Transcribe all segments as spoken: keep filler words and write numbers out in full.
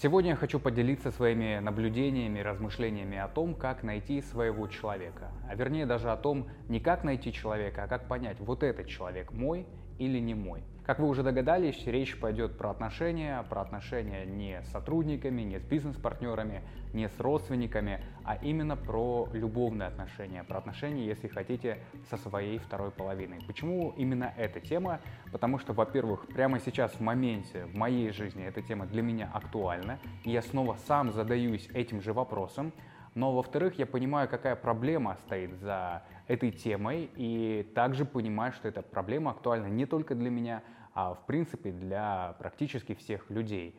Сегодня я хочу поделиться своими наблюдениями, размышлениями о том, как найти своего человека. А вернее даже о том, не как найти человека, а как понять, вот этот человек мой или не мой. Как вы уже догадались, речь пойдет про отношения, про отношения не с сотрудниками, не с бизнес-партнерами, не с родственниками, а именно про любовные отношения, про отношения, если хотите, со своей второй половиной. Почему именно эта тема? Потому что, во-первых, прямо сейчас, в моменте, в моей жизни эта тема для меня актуальна, и я снова сам задаюсь этим же вопросом. Но, во-вторых, я понимаю, какая проблема стоит за этой темой, и также понимаю, что эта проблема актуальна не только для меня, а в принципе для практически всех людей.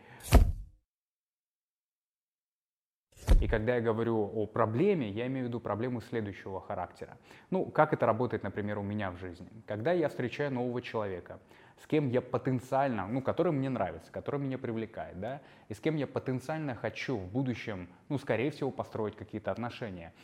И когда я говорю о проблеме, я имею в виду проблему следующего характера. Ну, как это работает, например, у меня в жизни. Когда я встречаю нового человека, с кем я потенциально, ну, который мне нравится, который меня привлекает, да, и с кем я потенциально хочу в будущем, ну, скорее всего, построить какие-то отношения,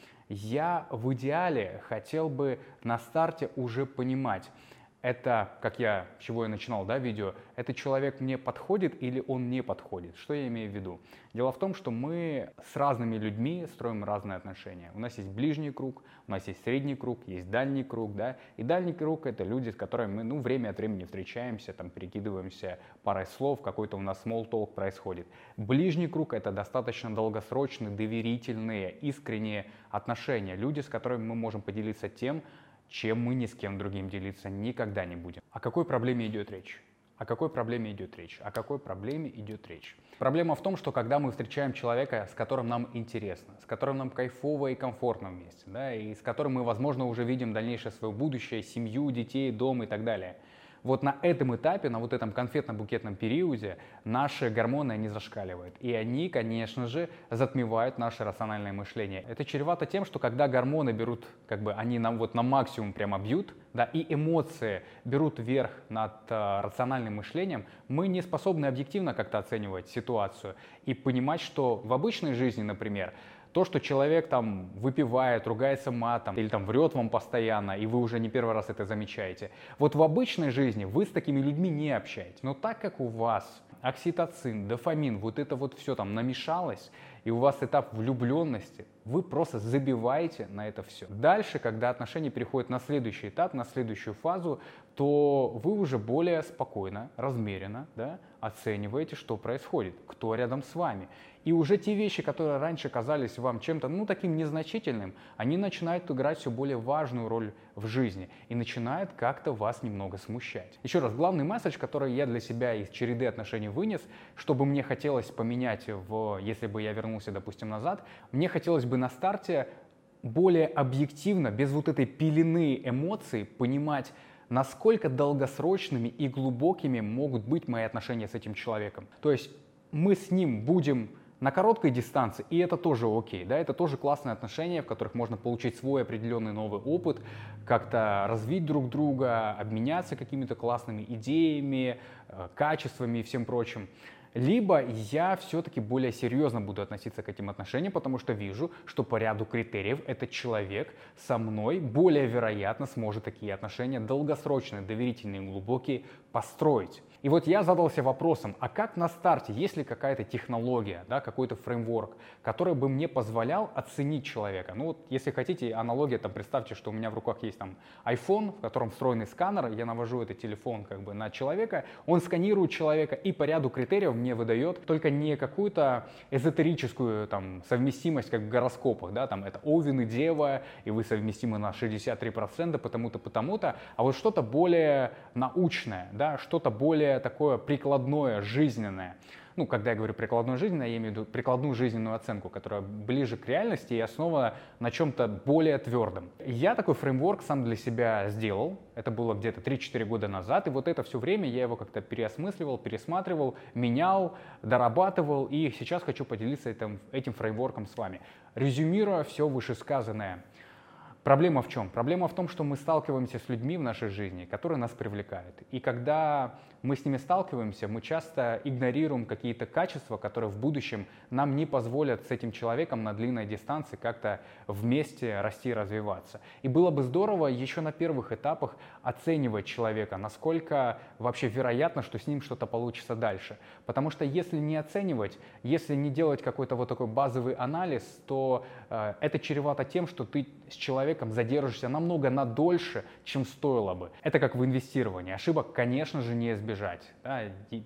я в идеале хотел бы на старте уже понимать, это, как я, с чего я начинал, да, видео, этот человек мне подходит или он не подходит. Что я имею в виду? Дело в том, что мы с разными людьми строим разные отношения. У нас есть ближний круг, у нас есть средний круг, есть дальний круг, да, и дальний круг — это люди, с которыми мы, ну, время от времени встречаемся, там, перекидываемся парой слов, какой-то у нас small talk происходит. Ближний круг — это достаточно долгосрочные, доверительные, искренние отношения, люди, с которыми мы можем поделиться тем, чем мы ни с кем другим делиться никогда не будем. О какой проблеме идет речь? О какой проблеме идет речь? О какой проблеме идет речь? Проблема в том, что когда мы встречаем человека, с которым нам интересно, с которым нам кайфово и комфортно вместе, да, и с которым мы, возможно, уже видим дальнейшее свое будущее, семью, детей, дом и так далее, вот на этом этапе, на вот этом конфетно-букетном периоде наши гормоны, они зашкаливают. И они, конечно же, затмевают наше рациональное мышление. Это чревато тем, что когда гормоны берут, как бы они нам вот на максимум прямо бьют, да, и эмоции берут верх над э, рациональным мышлением, мы не способны объективно как-то оценивать ситуацию и понимать, что в обычной жизни, например, то, что человек там выпивает, ругается матом или там врет вам постоянно, и вы уже не первый раз это замечаете. Вот в обычной жизни вы с такими людьми не общаетесь. Но так как у вас окситоцин, дофамин, вот это вот все там намешалось, и у вас этап влюбленности, вы просто забиваете на это все. Дальше, когда отношения переходят на следующий этап, на следующую фазу, то вы уже более спокойно, размеренно, да, оцениваете, что происходит, кто рядом с вами. И уже те вещи, которые раньше казались вам чем-то, ну, таким незначительным, они начинают играть все более важную роль в жизни и начинают как-то вас немного смущать. Еще раз, главный месседж, который я для себя из череды отношений вынес, чтобы мне хотелось поменять, в, если бы я вернулся, допустим, назад, мне хотелось бы на старте более объективно, без вот этой пелены эмоций, понимать, насколько долгосрочными и глубокими могут быть мои отношения с этим человеком. То есть мы с ним будем на короткой дистанции, и это тоже окей, да, это тоже классные отношения, в которых можно получить свой определенный новый опыт, как-то развить друг друга, обменяться какими-то классными идеями, качествами и всем прочим. Либо я все-таки более серьезно буду относиться к этим отношениям, потому что вижу, что по ряду критериев этот человек со мной более вероятно сможет такие отношения долгосрочные, доверительные, глубокие построить. И вот я задался вопросом, а как на старте, есть ли какая-то технология, да, какой-то фреймворк, который бы мне позволял оценить человека? Ну вот, если хотите, аналогия, там, представьте, что у меня в руках есть там iPhone, в котором встроенный сканер, я навожу этот телефон как бы на человека, он сканирует человека и по ряду критериев мне выдает только не какую-то эзотерическую там совместимость, как в гороскопах, да, там это Овен и Дева, и вы совместимы на шестьдесят три процента потому-то, потому-то, а вот что-то более научное, да, что-то более такое прикладное, жизненное. Ну, когда я говорю прикладное жизненное, я имею в виду прикладную жизненную оценку, которая ближе к реальности и основана на чем-то более твердом. Я такой фреймворк сам для себя сделал. Это было где-то три-четыре года назад. И вот это все время я его как-то переосмысливал, пересматривал, менял, дорабатывал. И сейчас хочу поделиться этим, этим фреймворком с вами. Резюмируя все вышесказанное. Проблема в чем? Проблема в том, что мы сталкиваемся с людьми в нашей жизни, которые нас привлекают. И когда мы с ними сталкиваемся, мы часто игнорируем какие-то качества, которые в будущем нам не позволят с этим человеком на длинной дистанции как-то вместе расти и развиваться. И было бы здорово еще на первых этапах оценивать человека, насколько вообще вероятно, что с ним что-то получится дальше. Потому что если не оценивать, если не делать какой-то вот такой базовый анализ, то э, это чревато тем, что ты с человеком задержишься намного надольше, чем стоило бы. Это как в инвестировании. Ошибок, конечно же, не избежать. Да?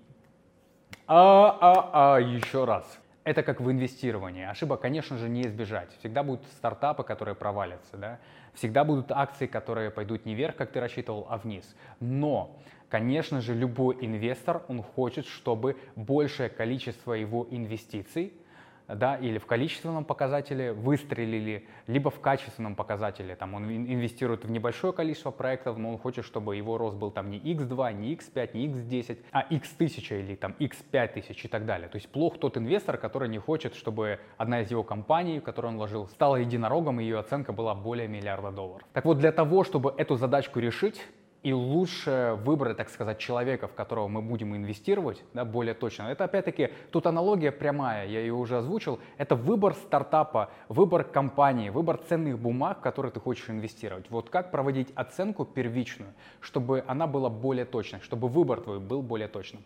А, а, а, еще раз. Это как в инвестировании. Ошибок, конечно же, не избежать. Всегда будут стартапы, которые провалятся. Да? Всегда будут акции, которые пойдут не вверх, как ты рассчитывал, а вниз. Но, конечно же, любой инвестор, он хочет, чтобы большее количество его инвестиций, да, или в количественном показателе выстрелили, либо в качественном показателе. Там он инвестирует в небольшое количество проектов, но он хочет, чтобы его рост был там не икс два, не икс пять, не икс десять, а икс тысяча или там икс пять тысяч и так далее. То есть плох тот инвестор, который не хочет, чтобы одна из его компаний, в которую он вложил, стала единорогом, и ее оценка была более миллиарда долларов. Так вот, для того, чтобы эту задачку решить, и лучше выбрать, так сказать, человека, в которого мы будем инвестировать, да, более точно. Это опять-таки, тут аналогия прямая, я ее уже озвучил. Это выбор стартапа, выбор компании, выбор ценных бумаг, в которые ты хочешь инвестировать. Вот как проводить оценку первичную, чтобы она была более точной, чтобы выбор твой был более точным.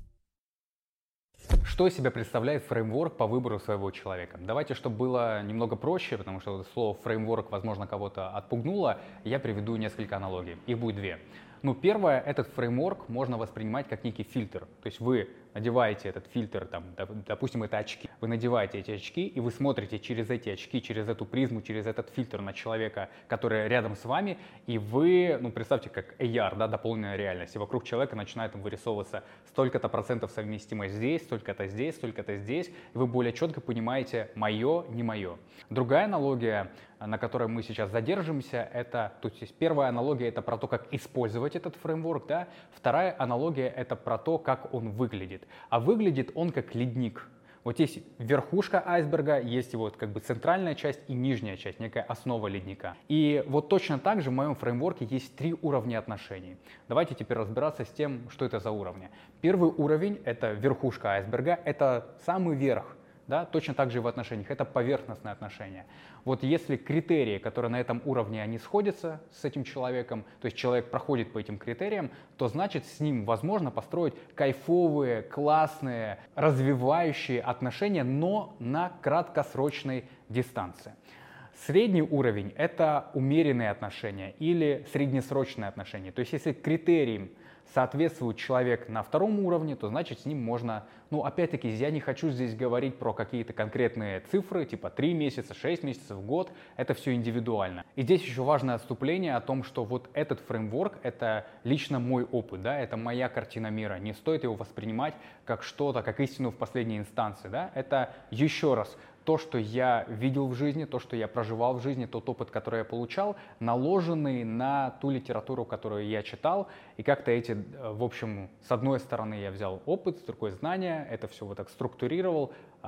Что из себя представляет фреймворк по выбору своего человека? Давайте, чтобы было немного проще, потому что слово фреймворк, возможно, кого-то отпугнуло, я приведу несколько аналогий. Их будет две. Ну, первое, этот фреймворк можно воспринимать как некий фильтр. То есть вы надеваете этот фильтр, там, допустим, это очки. Вы надеваете эти очки, и вы смотрите через эти очки, через эту призму, через этот фильтр на человека, который рядом с вами, и вы, ну, представьте, как эй ар, да, дополненная реальность, и вокруг человека начинает вырисовываться столько-то процентов совместимость здесь, столько-то здесь, столько-то здесь, и вы более четко понимаете мое, не мое. Другая аналогия, на которой мы сейчас задержимся, это, то есть первая аналогия это про то, как использовать этот фреймворк, да, вторая аналогия это про то, как он выглядит. А выглядит он как ледник. Вот есть верхушка айсберга, есть его как бы центральная часть и нижняя часть, некая основа ледника. И вот точно так же в моем фреймворке есть три уровня отношений. Давайте теперь разбираться с тем, что это за уровни. Первый уровень — это верхушка айсберга, это самый верх. Да, точно так же и в отношениях. Это поверхностные отношения. Вот если критерии, которые на этом уровне, они сходятся с этим человеком, то есть человек проходит по этим критериям, то значит с ним возможно построить кайфовые, классные, развивающие отношения, но на краткосрочной дистанции. Средний уровень — это умеренные отношения или среднесрочные отношения. То есть если критериям соответствует человек на втором уровне, то значит с ним можно, ну опять-таки я не хочу здесь говорить про какие-то конкретные цифры, типа три месяца, шесть месяцев, год, это все индивидуально. И здесь еще важное отступление о том, что вот этот фреймворк — это лично мой опыт, да, это моя картина мира, не стоит его воспринимать как что-то, как истину в последней инстанции, да, это еще раз то, что я видел в жизни, то, что я проживал в жизни, тот опыт, который я получал, наложенный на ту литературу, которую я читал. И как-то эти, в общем, с одной стороны я взял опыт, с другой знания, это все вот так структурировал,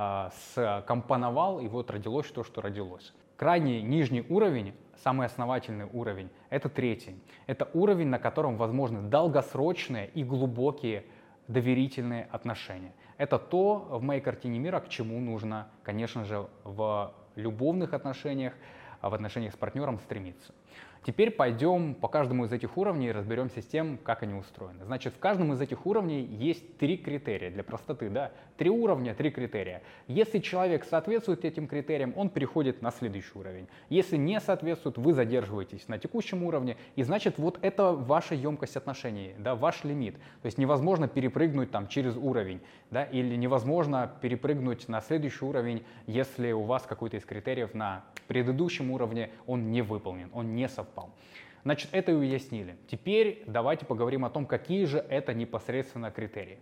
скомпоновал, и вот родилось то, что родилось. Крайний нижний уровень, самый основательный уровень, это третий. Это уровень, на котором возможны долгосрочные и глубокие доверительные отношения. Это то в моей картине мира, к чему нужно, конечно же, в любовных отношениях, в отношениях с партнером стремиться. Теперь пойдем по каждому из этих уровней и разберемся с тем, как они устроены. Значит, в каждом из этих уровней есть три критерия для простоты, да? Три уровня, три критерия. Если человек соответствует этим критериям, он переходит на следующий уровень. Если не соответствует, вы задерживаетесь на текущем уровне, и значит, вот это ваша емкость отношений, да, ваш лимит. То есть невозможно перепрыгнуть там через уровень, да, или невозможно перепрыгнуть на следующий уровень, если у вас какой-то из критериев на предыдущем уровне он не выполнен, он не совпал. Значит, это и уяснили. Теперь давайте поговорим о том, какие же это непосредственно критерии.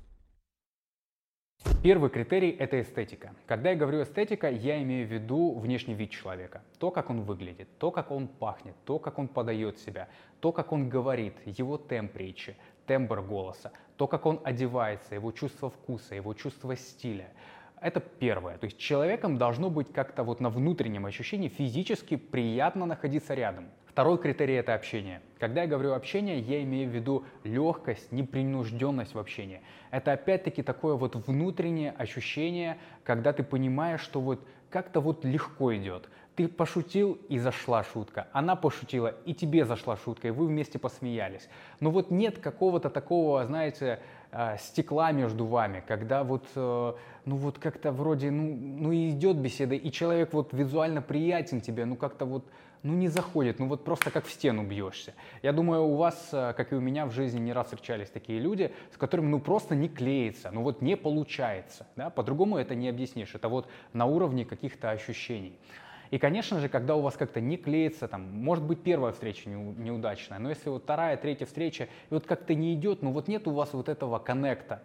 Первый критерий — это эстетика. Когда я говорю эстетика, я имею в виду внешний вид человека. То, как он выглядит, то, как он пахнет, то, как он подает себя, то, как он говорит, его темп речи, тембр голоса, то, как он одевается, его чувство вкуса, его чувство стиля. Это первое. То есть человеком должно быть как-то вот на внутреннем ощущении физически приятно находиться рядом. Второй критерий – это общение. Когда я говорю общение, я имею в виду легкость, непринужденность в общении. Это опять-таки такое вот внутреннее ощущение, когда ты понимаешь, что вот как-то вот легко идет. Ты пошутил, и зашла шутка. Она пошутила, и тебе зашла шутка, и вы вместе посмеялись. Но вот нет какого-то такого, знаете, стекла между вами, когда вот, ну вот как-то вроде, ну, ну и идет беседа, и человек вот визуально приятен тебе, ну как-то вот, ну не заходит, ну вот просто как в стену бьешься. Я думаю, у вас, как и у меня в жизни, не раз встречались такие люди, с которыми ну просто не клеится, ну вот не получается, да? По-другому это не объяснишь, это вот на уровне каких-то ощущений. И, конечно же, когда у вас как-то не клеится, там, может быть, первая встреча неудачная, но если вот вторая, третья встреча, и вот как-то не идет, ну вот нет у вас вот этого коннекта,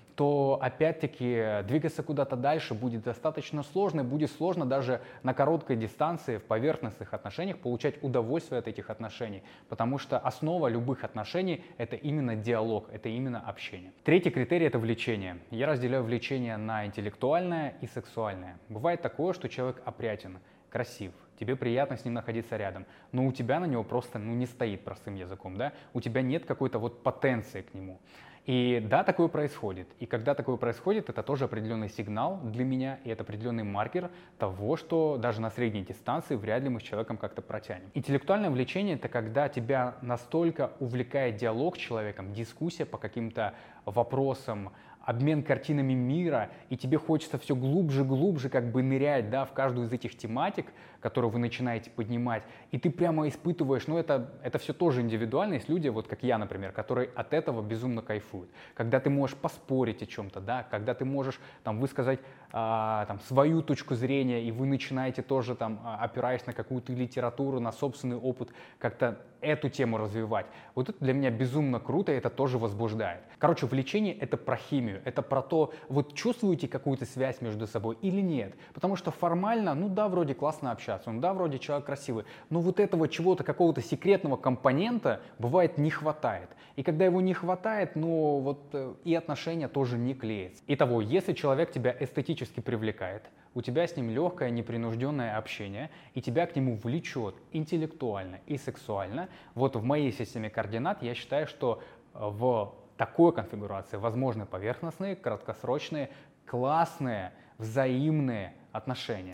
то опять-таки двигаться куда-то дальше будет достаточно сложно, будет сложно даже на короткой дистанции в поверхностных отношениях получать удовольствие от этих отношений, потому что основа любых отношений – это именно диалог, это именно общение. Третий критерий – это влечение. Я разделяю влечение на интеллектуальное и сексуальное. Бывает такое, что человек опрятен, красив, тебе приятно с ним находиться рядом, но у тебя на него просто ну, не стоит, простым языком, да? У тебя нет какой-то вот потенции к нему. И да, такое происходит. И когда такое происходит, это тоже определенный сигнал для меня, и это определенный маркер того, что даже на средней дистанции вряд ли мы с человеком как-то протянем. Интеллектуальное влечение – это когда тебя настолько увлекает диалог с человеком, дискуссия по каким-то вопросам, обмен картинами мира, и тебе хочется все глубже, глубже как бы нырять, да, в каждую из этих тематик, которую вы начинаете поднимать, и ты прямо испытываешь, ну это, это все тоже индивидуально, есть люди, вот как я, например, которые от этого безумно кайфуют. Когда ты можешь поспорить о чем-то, да, когда ты можешь там высказать а, там, свою точку зрения, и вы начинаете тоже там, опираясь на какую-то литературу, на собственный опыт, как-то эту тему развивать. Вот это для меня безумно круто, и это тоже возбуждает. Короче, влечение — это про химию, это про то, вот чувствуете какую-то связь между собой или нет. Потому что формально, ну да, вроде классно общаться, ну да, вроде человек красивый, но вот этого чего-то, какого-то секретного компонента бывает не хватает. И когда его не хватает, ну вот и отношения тоже не клеятся. Итого, если человек тебя эстетически привлекает, у тебя с ним легкое, непринужденное общение, и тебя к нему влечет интеллектуально и сексуально, вот в моей системе координат я считаю, что в такой конфигурации возможны поверхностные, краткосрочные, классные, взаимные отношения.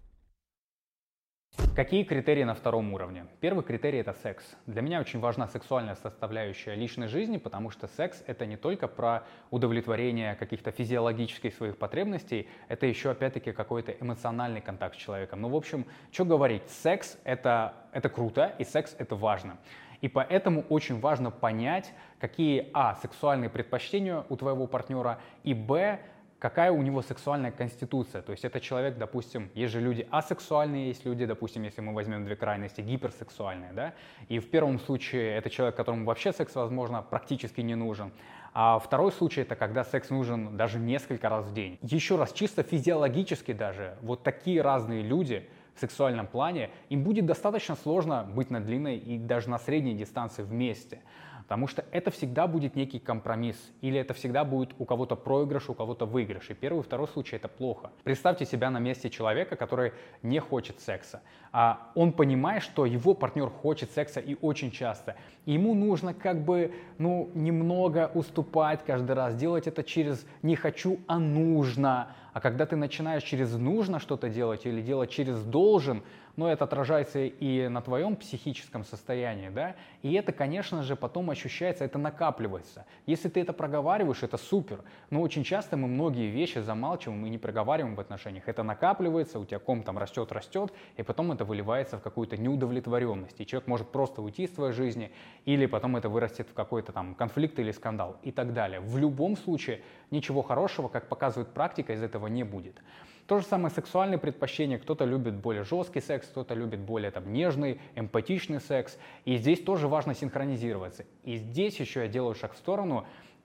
Какие критерии на втором уровне? Первый критерий – это секс. Для меня очень важна сексуальная составляющая личной жизни, потому что секс – это не только про удовлетворение каких-то физиологических своих потребностей, это еще, опять-таки, какой-то эмоциональный контакт с человеком. Ну, в общем, что говорить, секс – это, это круто, и секс – это важно. И поэтому очень важно понять, какие, а, сексуальные предпочтения у твоего партнера, и, б, какая у него сексуальная конституция. То есть это человек, допустим, есть же люди асексуальные, есть люди, допустим, если мы возьмем две крайности, гиперсексуальные, да, и в первом случае это человек, которому вообще секс, возможно, практически не нужен. А второй случай – это когда секс нужен даже несколько раз в день. Еще раз, чисто физиологически даже, вот такие разные люди в сексуальном плане, им будет достаточно сложно быть на длинной и даже на средней дистанции вместе. Потому что это всегда будет некий компромисс, или это всегда будет у кого-то проигрыш, у кого-то выигрыш. И первый и второй случай – это плохо. Представьте себя на месте человека, который не хочет секса. А он понимает, что его партнер хочет секса и очень часто. И ему нужно как бы, ну, немного уступать каждый раз, делать это через «не хочу», а «нужно». А когда ты начинаешь через «нужно» что-то делать или делать через «должен», но это отражается и на твоем психическом состоянии, да, и это, конечно же, потом ощущается, это накапливается. Если ты это проговариваешь, это супер, но очень часто мы многие вещи замалчиваем и не проговариваем в отношениях. Это накапливается, у тебя ком там растет, растет, и потом это выливается в какую-то неудовлетворенность, и человек может просто уйти из твоей жизни, или потом это вырастет в какой-то там конфликт или скандал, и так далее. В любом случае, ничего хорошего, как показывает практика, из этого не будет. То же самое сексуальные предпочтения. Кто-то любит более жесткий секс, кто-то любит более там, нежный, эмпатичный секс. И здесь тоже важно синхронизироваться. И здесь еще я делаю шаг в сторону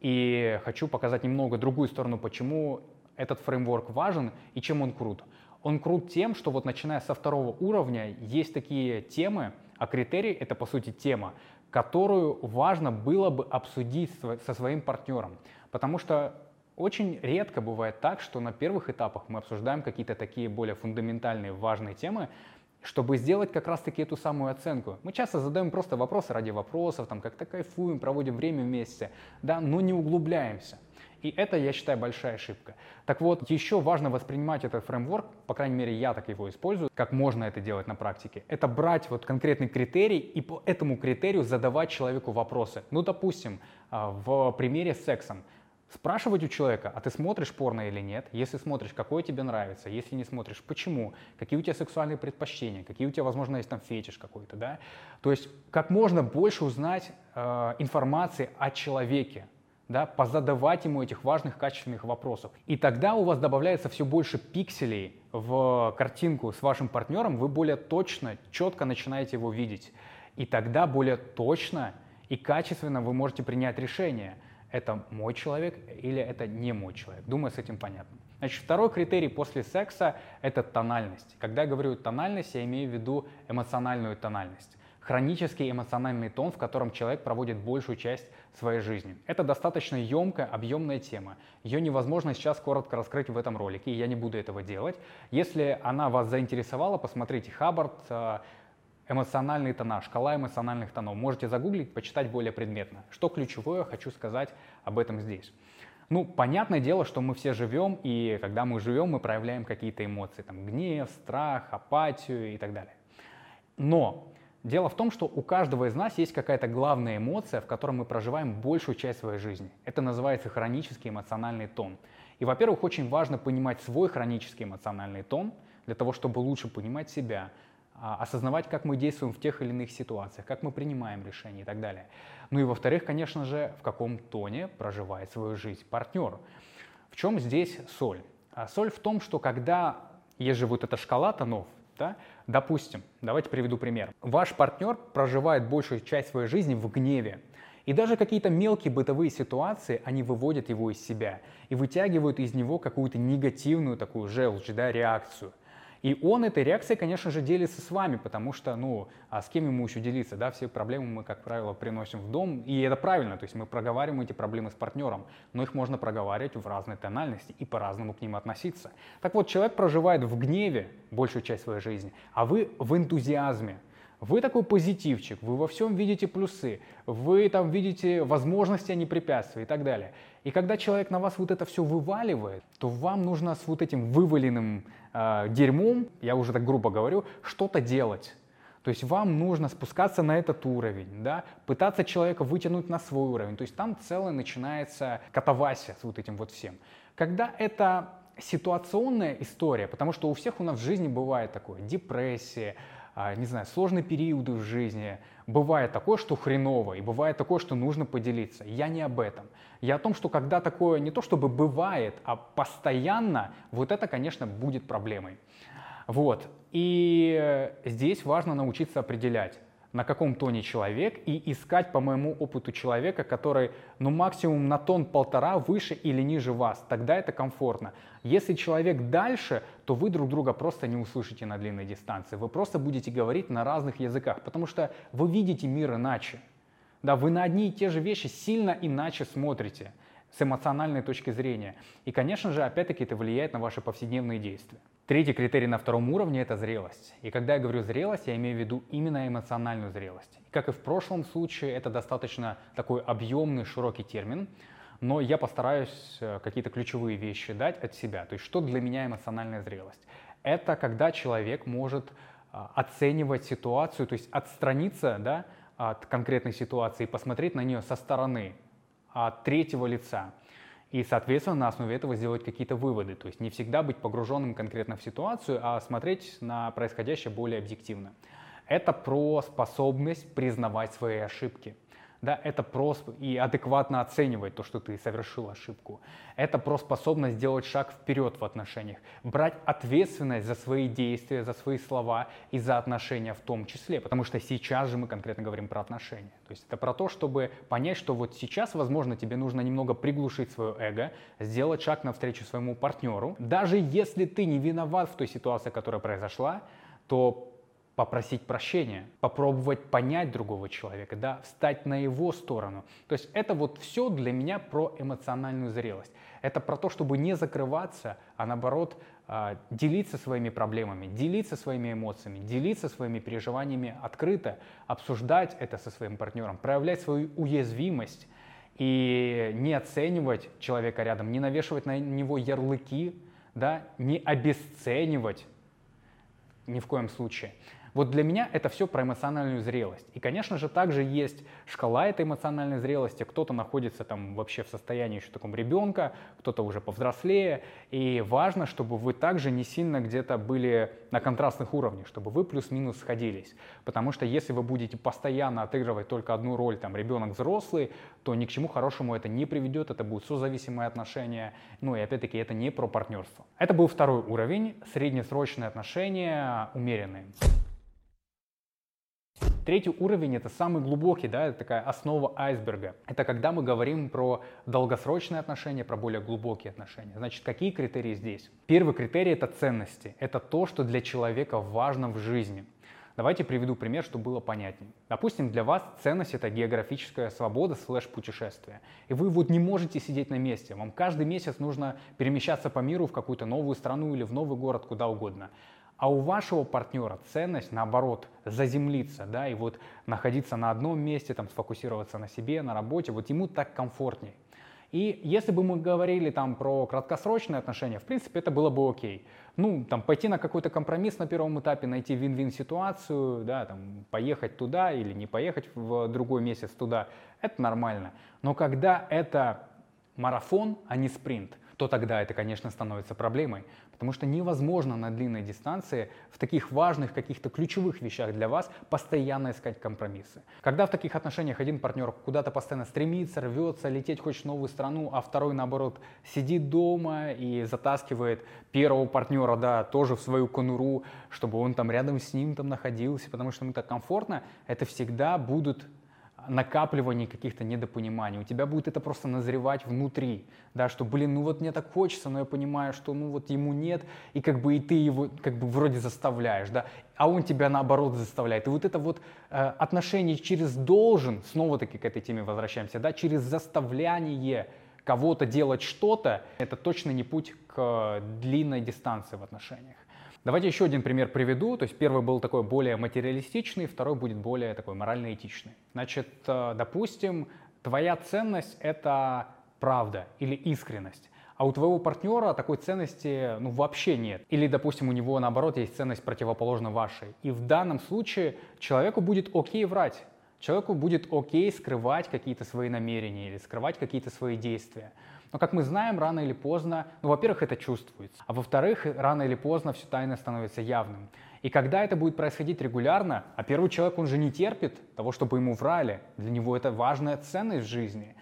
и хочу показать немного другую сторону, почему этот фреймворк важен и чем он крут. Он крут тем, что вот начиная со второго уровня есть такие темы, а критерий – это по сути тема, которую важно было бы обсудить со своим партнером. Потому что Очень редко бывает так, что на первых этапах мы обсуждаем какие-то такие более фундаментальные, важные темы, чтобы сделать как раз-таки эту самую оценку. Мы часто задаем просто вопросы ради вопросов, там, как-то кайфуем, проводим время вместе, да, но не углубляемся. И это, я считаю, большая ошибка. Так вот, еще важно воспринимать этот фреймворк, по крайней мере, я так его использую, как можно это делать на практике. Это брать вот конкретный критерий и по этому критерию задавать человеку вопросы. Ну, допустим, в примере с сексом. Спрашивать у человека, а ты смотришь порно или нет? Если смотришь, какое тебе нравится? Если не смотришь, почему? Какие у тебя сексуальные предпочтения? Какие у тебя, возможно, есть там фетиш какой-то, да? То есть как можно больше узнать э, информации о человеке, да, позадавать ему этих важных, качественных вопросов. И тогда у вас добавляется все больше пикселей в картинку с вашим партнером, вы более точно, четко начинаете его видеть. И тогда более точно и качественно вы можете принять решение. Это мой человек или это не мой человек. Думаю, с этим понятно. Значит, второй критерий после секса – это тональность. Когда я говорю тональность, я имею в виду эмоциональную тональность. Хронический эмоциональный тон, в котором человек проводит большую часть своей жизни. Это достаточно емкая, объемная тема. Ее невозможно сейчас коротко раскрыть в этом ролике, и я не буду этого делать. Если она вас заинтересовала, посмотрите Хаббард, эмоциональные тона, шкала эмоциональных тонов. Можете загуглить, почитать более предметно. Что ключевое, хочу сказать об этом здесь. Ну, понятное дело, что мы все живем, и когда мы живем, мы проявляем какие-то эмоции, там, гнев, страх, апатию и так далее. Но дело в том, что у каждого из нас есть какая-то главная эмоция, в которой мы проживаем большую часть своей жизни. Это называется хронический эмоциональный тон. И, во-первых, очень важно понимать свой хронический эмоциональный тон, для того, чтобы лучше понимать себя, осознавать, как мы действуем в тех или иных ситуациях, как мы принимаем решения и так далее. Ну и во-вторых, конечно же, в каком тоне проживает свою жизнь партнер. В чем здесь соль? А соль в том, что когда есть же вот эта шкала тонов, да, допустим, давайте приведу пример. Ваш партнер проживает большую часть своей жизни в гневе. И даже какие-то мелкие бытовые ситуации, они выводят его из себя и вытягивают из него какую-то негативную такую желчь, да, реакцию. И он этой реакцией, конечно же, делится с вами, потому что, ну, а с кем ему еще делиться, да, все проблемы мы, как правило, приносим в дом, и это правильно, то есть мы проговариваем эти проблемы с партнером, но их можно проговаривать в разной тональности и по-разному к ним относиться. Так вот, человек проживает в гневе большую часть своей жизни, а вы в энтузиазме. Вы такой позитивчик, вы во всем видите плюсы, вы там видите возможности, а не препятствия и так далее. И когда человек на вас вот это все вываливает, то вам нужно с вот этим вываленным э, дерьмом, я уже так грубо говорю, что-то делать. То есть вам нужно спускаться на этот уровень, да, пытаться человека вытянуть на свой уровень. То есть там целая начинается катавасия с вот этим вот всем. Когда это ситуационная история, потому что у всех у нас в жизни бывает такое, депрессия, не знаю, сложные периоды в жизни. Бывает такое, что хреново, и бывает такое, что нужно поделиться. Я не об этом. Я о том, что когда такое не то чтобы бывает, а постоянно, вот это, конечно, будет проблемой. Вот. И здесь важно научиться определять, на каком тоне человек, и искать, по моему опыту, человека, который, ну, максимум на тон-полтора выше или ниже вас. Тогда это комфортно. Если человек дальше, то вы друг друга просто не услышите на длинной дистанции. Вы просто будете говорить на разных языках, потому что вы видите мир иначе. Да, вы на одни и те же вещи сильно иначе смотрите с эмоциональной точки зрения. И, конечно же, опять-таки это влияет на ваши повседневные действия. Третий критерий на втором уровне – это зрелость. И когда я говорю зрелость, я имею в виду именно эмоциональную зрелость. И как и в прошлом случае, это достаточно такой объемный, широкий термин, но я постараюсь какие-то ключевые вещи дать от себя. То есть что для меня эмоциональная зрелость? Это когда человек может оценивать ситуацию, то есть отстраниться, да, от конкретной ситуации и посмотреть на нее со стороны, от третьего лица. И, соответственно, на основе этого сделать какие-то выводы. То есть не всегда быть погруженным конкретно в ситуацию, а смотреть на происходящее более объективно. Это про способность признавать свои ошибки. Да, это про и адекватно оценивать то, что ты совершил ошибку. Это про способность сделать шаг вперед в отношениях, брать ответственность за свои действия, за свои слова и за отношения в том числе, потому что сейчас же мы конкретно говорим про отношения. То есть это про то, чтобы понять, что вот сейчас, возможно, тебе нужно немного приглушить свое эго, сделать шаг навстречу своему партнеру. Даже если ты не виноват в той ситуации, которая произошла, то попросить прощения, попробовать понять другого человека, да, встать на его сторону. То есть это вот все для меня про эмоциональную зрелость. Это про то, чтобы не закрываться, а наоборот делиться своими проблемами, делиться своими эмоциями, делиться своими переживаниями открыто, обсуждать это со своим партнером, проявлять свою уязвимость и не оценивать человека рядом, не навешивать на него ярлыки, да, не обесценивать ни в коем случае. Вот для меня это все про эмоциональную зрелость. И, конечно же, также есть шкала этой эмоциональной зрелости. Кто-то находится там вообще в состоянии еще таком ребенка, кто-то уже повзрослее. И важно, чтобы вы также не сильно где-то были на контрастных уровнях, чтобы вы плюс-минус сходились. Потому что если вы будете постоянно отыгрывать только одну роль, там, ребенок-взрослый, то ни к чему хорошему это не приведет, это будут созависимые отношения. Ну и опять-таки это не про партнерство. Это был второй уровень, среднесрочные отношения, умеренные. Третий уровень — это самый глубокий, да, это такая основа айсберга. Это когда мы говорим про долгосрочные отношения, про более глубокие отношения. Значит, какие критерии здесь? Первый критерий — это ценности. Это то, что для человека важно в жизни. Давайте приведу пример, чтобы было понятнее. Допустим, для вас ценность — это географическая свобода слэш-путешествие. И вы вот не можете сидеть на месте. Вам каждый месяц нужно перемещаться по миру в какую-то новую страну или в новый город, куда угодно. А у вашего партнера ценность, наоборот, заземлиться, да, и вот находиться на одном месте, там, сфокусироваться на себе, на работе, вот ему так комфортнее. И если бы мы говорили там про краткосрочные отношения, в принципе, это было бы окей. Ну, там, пойти на какой-то компромисс на первом этапе, найти вин-вин ситуацию, да, там, поехать туда или не поехать в другой месяц туда, это нормально. Но когда это марафон, а не спринт, то тогда это, конечно, становится проблемой, потому что невозможно на длинной дистанции в таких важных, каких-то ключевых вещах для вас постоянно искать компромиссы. Когда в таких отношениях один партнер куда-то постоянно стремится, рвется, лететь хочет в новую страну, а второй, наоборот, сидит дома и затаскивает первого партнера, да, тоже в свою конуру, чтобы он там рядом с ним там находился, потому что ему так комфортно, это всегда будут накапливание каких-то недопониманий. У тебя будет это просто назревать внутри, да, что, блин, ну вот мне так хочется, но я понимаю, что ну вот ему нет, и как бы и ты его как бы вроде заставляешь, да, а он тебя наоборот заставляет. И вот это вот э, отношение через должен, снова-таки к этой теме возвращаемся, да, через заставляние кого-то делать что-то, это точно не путь к длинной дистанции в отношениях. Давайте еще один пример приведу. То есть первый был такой более материалистичный, второй будет более такой морально-этичный. Значит, допустим, твоя ценность — это правда или искренность, а у твоего партнера такой ценности ну, вообще нет. Или, допустим, у него, наоборот, есть ценность противоположна вашей. И в данном случае человеку будет окей врать. Человеку будет окей скрывать какие-то свои намерения или скрывать какие-то свои действия. Но, как мы знаем, рано или поздно, ну, во-первых, это чувствуется, а во-вторых, рано или поздно все тайное становится явным. И когда это будет происходить регулярно, а первый человек, он же не терпит того, чтобы ему врали, для него это важная ценность в жизни,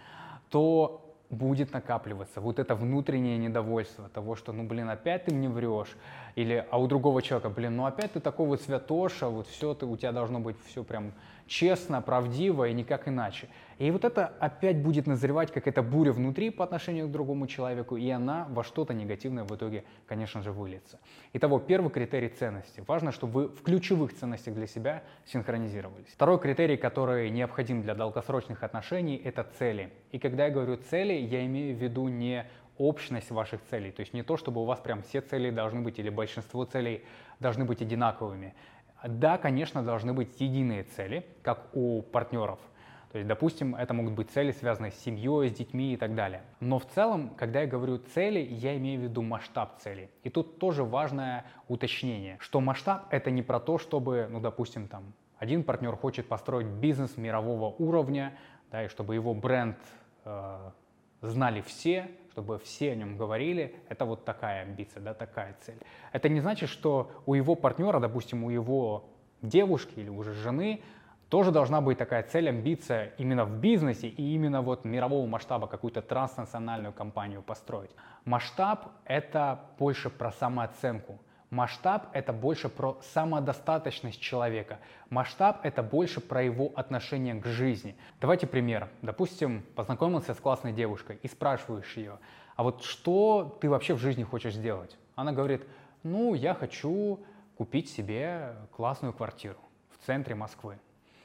то будет накапливаться вот это внутреннее недовольство того, что, ну, блин, опять ты мне врешь, или, а у другого человека, блин, ну, опять ты такой вот святоша, вот все, ты, у тебя должно быть все прям честно, правдиво и никак иначе. И вот это опять будет назревать какая-то буря внутри по отношению к другому человеку, и она во что-то негативное в итоге, конечно же, выльется. Итого, первый критерий ценности. Важно, чтобы вы в ключевых ценностях для себя синхронизировались. Второй критерий, который необходим для долгосрочных отношений, это цели. И когда я говорю цели, я имею в виду не общность ваших целей, то есть не то, чтобы у вас прям все цели должны быть или большинство целей должны быть одинаковыми. Да, конечно, должны быть единые цели, как у партнеров. То есть, допустим, это могут быть цели, связанные с семьей, с детьми и так далее. Но в целом, когда я говорю цели, я имею в виду масштаб целей. И тут тоже важное уточнение, что масштаб — это не про то, чтобы, ну, допустим, там, один партнер хочет построить бизнес мирового уровня, да, и чтобы его бренд э, знали все, чтобы все о нем говорили. Это вот такая амбиция, да, такая цель. Это не значит, что у его партнера, допустим, у его девушки или уже жены тоже должна быть такая цель, амбиция именно в бизнесе и именно вот мирового масштаба какую-то транснациональную компанию построить. Масштаб — это больше про самооценку. Масштаб — это больше про самодостаточность человека. Масштаб — это больше про его отношение к жизни. Давайте пример. Допустим, познакомился с классной девушкой и спрашиваешь ее, а вот что ты вообще в жизни хочешь сделать? Она говорит, ну, я хочу купить себе классную квартиру в центре Москвы.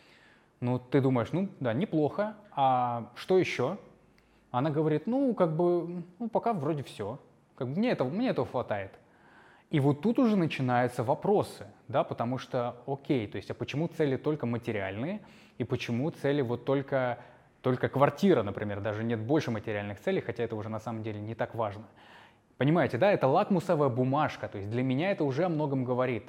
Ну, ты думаешь, ну да, неплохо, а что еще? Она говорит, ну, как бы, ну, пока вроде все, как бы мне этого, мне этого хватает. И вот тут уже начинаются вопросы, да, потому что, окей, то есть, а почему цели только материальные, и почему цели вот только, только квартира, например, даже нет больше материальных целей, хотя это уже на самом деле не так важно. Понимаете, да, это лакмусовая бумажка, то есть для меня это уже о многом говорит.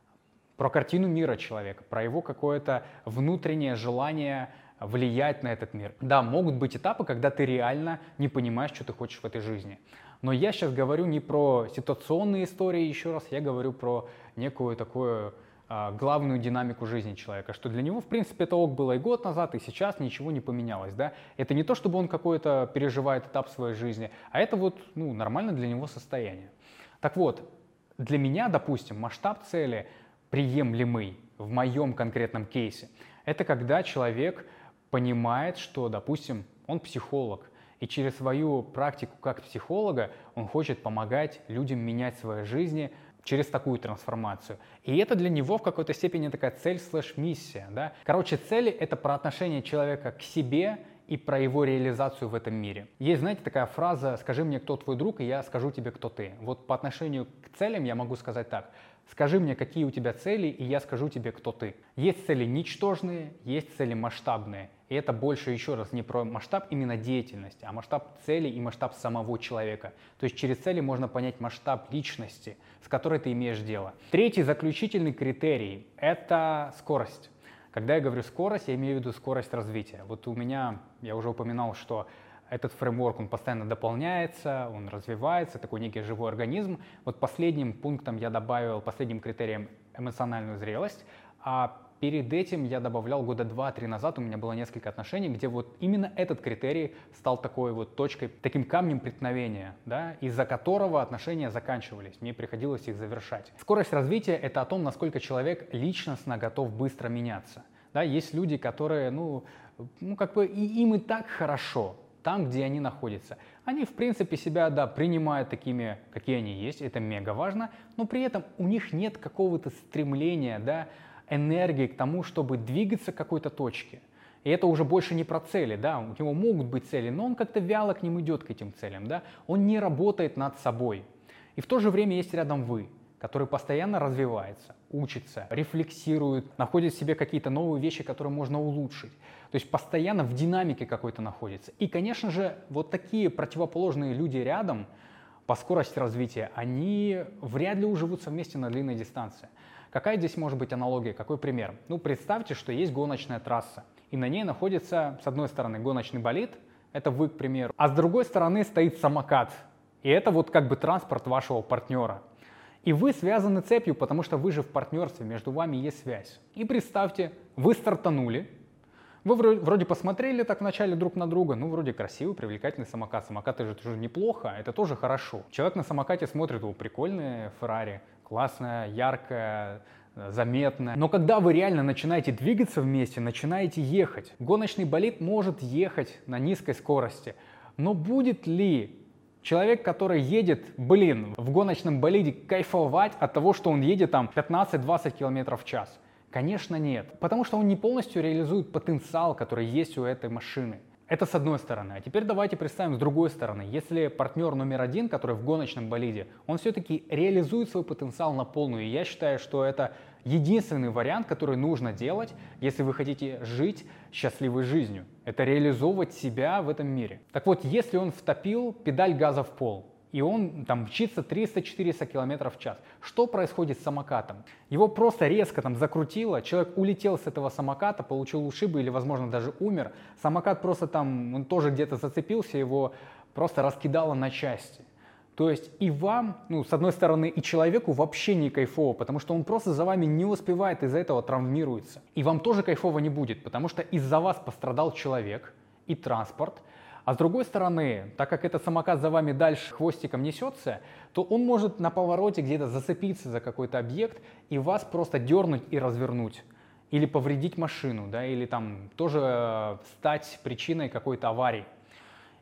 Про картину мира человека, про его какое-то внутреннее желание влиять на этот мир. Да, могут быть этапы, когда ты реально не понимаешь, что ты хочешь в этой жизни. Но я сейчас говорю не про ситуационные истории, еще раз, я говорю про некую такую а, главную динамику жизни человека, что для него, в принципе, это ок было и год назад, и сейчас ничего не поменялось, да. Это не то, чтобы он какой-то переживает этап своей жизни, а это вот, ну, нормально для него состояние. Так вот, для меня, допустим, масштаб цели приемлемый в моем конкретном кейсе, это когда человек понимает, что, допустим, он психолог, и через свою практику как психолога он хочет помогать людям менять свои жизни через такую трансформацию. И это для него в какой-то степени такая цель слэш-миссия. Да? Короче, цели — это про отношение человека к себе и про его реализацию в этом мире. Есть, знаете, такая фраза «скажи мне, кто твой друг, и я скажу тебе, кто ты». Вот по отношению к целям я могу сказать так. Скажи мне, какие у тебя цели, и я скажу тебе, кто ты. Есть цели ничтожные, есть цели масштабные. И это больше, еще раз, не про масштаб именно деятельности, а масштаб цели и масштаб самого человека. То есть через цели можно понять масштаб личности, с которой ты имеешь дело. Третий заключительный критерий – это скорость. Когда я говорю скорость, я имею в виду скорость развития. Вот у меня, я уже упоминал, что этот фреймворк, он постоянно дополняется, он развивается, такой некий живой организм. Вот последним пунктом я добавил, последним критерием эмоциональную зрелость, а перед этим я добавлял года два-три назад, у меня было несколько отношений, где вот именно этот критерий стал такой вот точкой, таким камнем преткновения, да, из-за которого отношения заканчивались, мне приходилось их завершать. Скорость развития — это о том, насколько человек личностно готов быстро меняться. Да, есть люди, которые, ну, ну как бы и им и так хорошо там, где они находятся. Они, в принципе, себя, да, принимают такими, какие они есть, это мега важно, но при этом у них нет какого-то стремления, да, энергии к тому, чтобы двигаться к какой-то точке. И это уже больше не про цели, да, у него могут быть цели, но он как-то вяло к ним идет, к этим целям, да, он не работает над собой. И в то же время есть рядом вы, который постоянно развивается, учится, рефлексирует, находит в себе какие-то новые вещи, которые можно улучшить. То есть постоянно в динамике какой-то находится. И, конечно же, вот такие противоположные люди рядом по скорости развития, они вряд ли уживутся вместе на длинной дистанции. Какая здесь может быть аналогия, какой пример? Ну, представьте, что есть гоночная трасса, и на ней находится, с одной стороны, гоночный болид, это вы, к примеру, а с другой стороны стоит самокат, и это вот как бы транспорт вашего партнера. И вы связаны цепью, потому что вы же в партнерстве, между вами есть связь. И представьте, вы стартанули, вы вроде посмотрели так вначале друг на друга, ну вроде красивый, привлекательный самокат, самокат это же неплохо, это тоже хорошо. Человек на самокате смотрит, о, прикольная Феррари, классная, яркая, заметная. Но когда вы реально начинаете двигаться вместе, начинаете ехать, гоночный болид может ехать на низкой скорости, но будет ли человек, который едет, блин, в гоночном болиде кайфовать от того, что он едет там пятнадцать-двадцать километров в час? Конечно, нет. Потому что он не полностью реализует потенциал, который есть у этой машины. Это с одной стороны. А теперь давайте представим с другой стороны. Если партнер номер один, который в гоночном болиде, он все-таки реализует свой потенциал на полную. И я считаю, что это единственный вариант, который нужно делать, если вы хотите жить счастливой жизнью. Это реализовывать себя в этом мире. Так вот, если он втопил педаль газа в пол, и он там мчится триста-четыреста километров в час. Что происходит с самокатом? Его просто резко там закрутило, человек улетел с этого самоката, получил ушибы или, возможно, даже умер. Самокат просто там, он тоже где-то зацепился, его просто раскидало на части. То есть и вам, ну, с одной стороны, и человеку вообще не кайфово, потому что он просто за вами не успевает, из-за этого травмируется. И вам тоже кайфово не будет, потому что из-за вас пострадал человек и транспорт. А с другой стороны, так как этот самокат за вами дальше хвостиком несется, то он может на повороте где-то зацепиться за какой-то объект и вас просто дернуть и развернуть. Или повредить машину, да, или там тоже стать причиной какой-то аварии.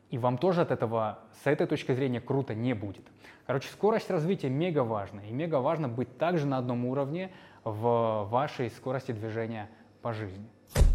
И вам тоже от этого, с этой точки зрения, круто не будет. Короче, скорость развития мега важна. И мега важно быть также на одном уровне в вашей скорости движения по жизни.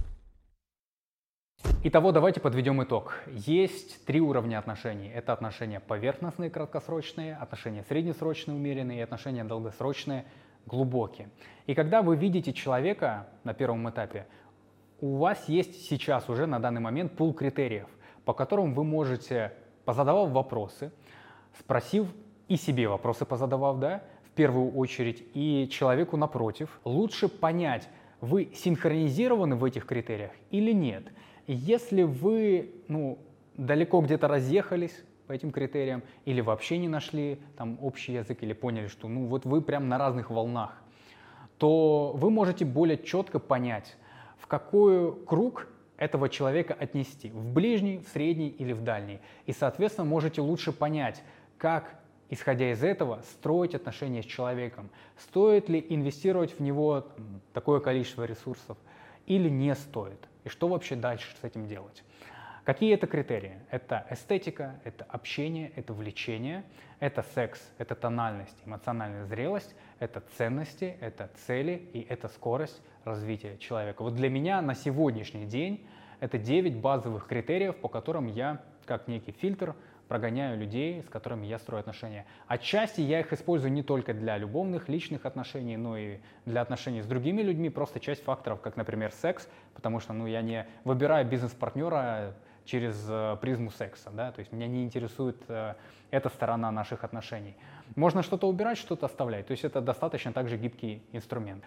Итого, давайте подведем итог. Есть три уровня отношений. Это отношения поверхностные, краткосрочные, отношения среднесрочные, умеренные и отношения долгосрочные, глубокие. И когда вы видите человека на первом этапе, у вас есть сейчас уже на данный момент пул критериев, по которым вы можете, позадавав вопросы, спросив и себе вопросы позадавав, да, в первую очередь, и человеку напротив, лучше понять, вы синхронизированы в этих критериях или нет. Если вы ну, далеко где-то разъехались по этим критериям или вообще не нашли там общий язык или поняли, что ну, вот вы прям на разных волнах, то вы можете более четко понять, в какой круг этого человека отнести, в ближний, в средний или в дальний. И, соответственно, можете лучше понять, как, исходя из этого, строить отношения с человеком. Стоит ли инвестировать в него такое количество ресурсов или не стоит. И что вообще дальше с этим делать? Какие это критерии? Это эстетика, это общение, это влечение, это секс, это тональность, эмоциональная зрелость, это ценности, это цели и это скорость развития человека. Вот для меня на сегодняшний день это девять базовых критериев, по которым я, как некий фильтр, прогоняю людей, с которыми я строю отношения. Отчасти я их использую не только для любовных, личных отношений, но и для отношений с другими людьми. Просто часть факторов, как, например, секс, потому что ну, я не выбираю бизнес-партнера через э, призму секса, да? То есть меня не интересует э, эта сторона наших отношений. Можно что-то убирать, что-то оставлять, то есть это достаточно также гибкий инструмент.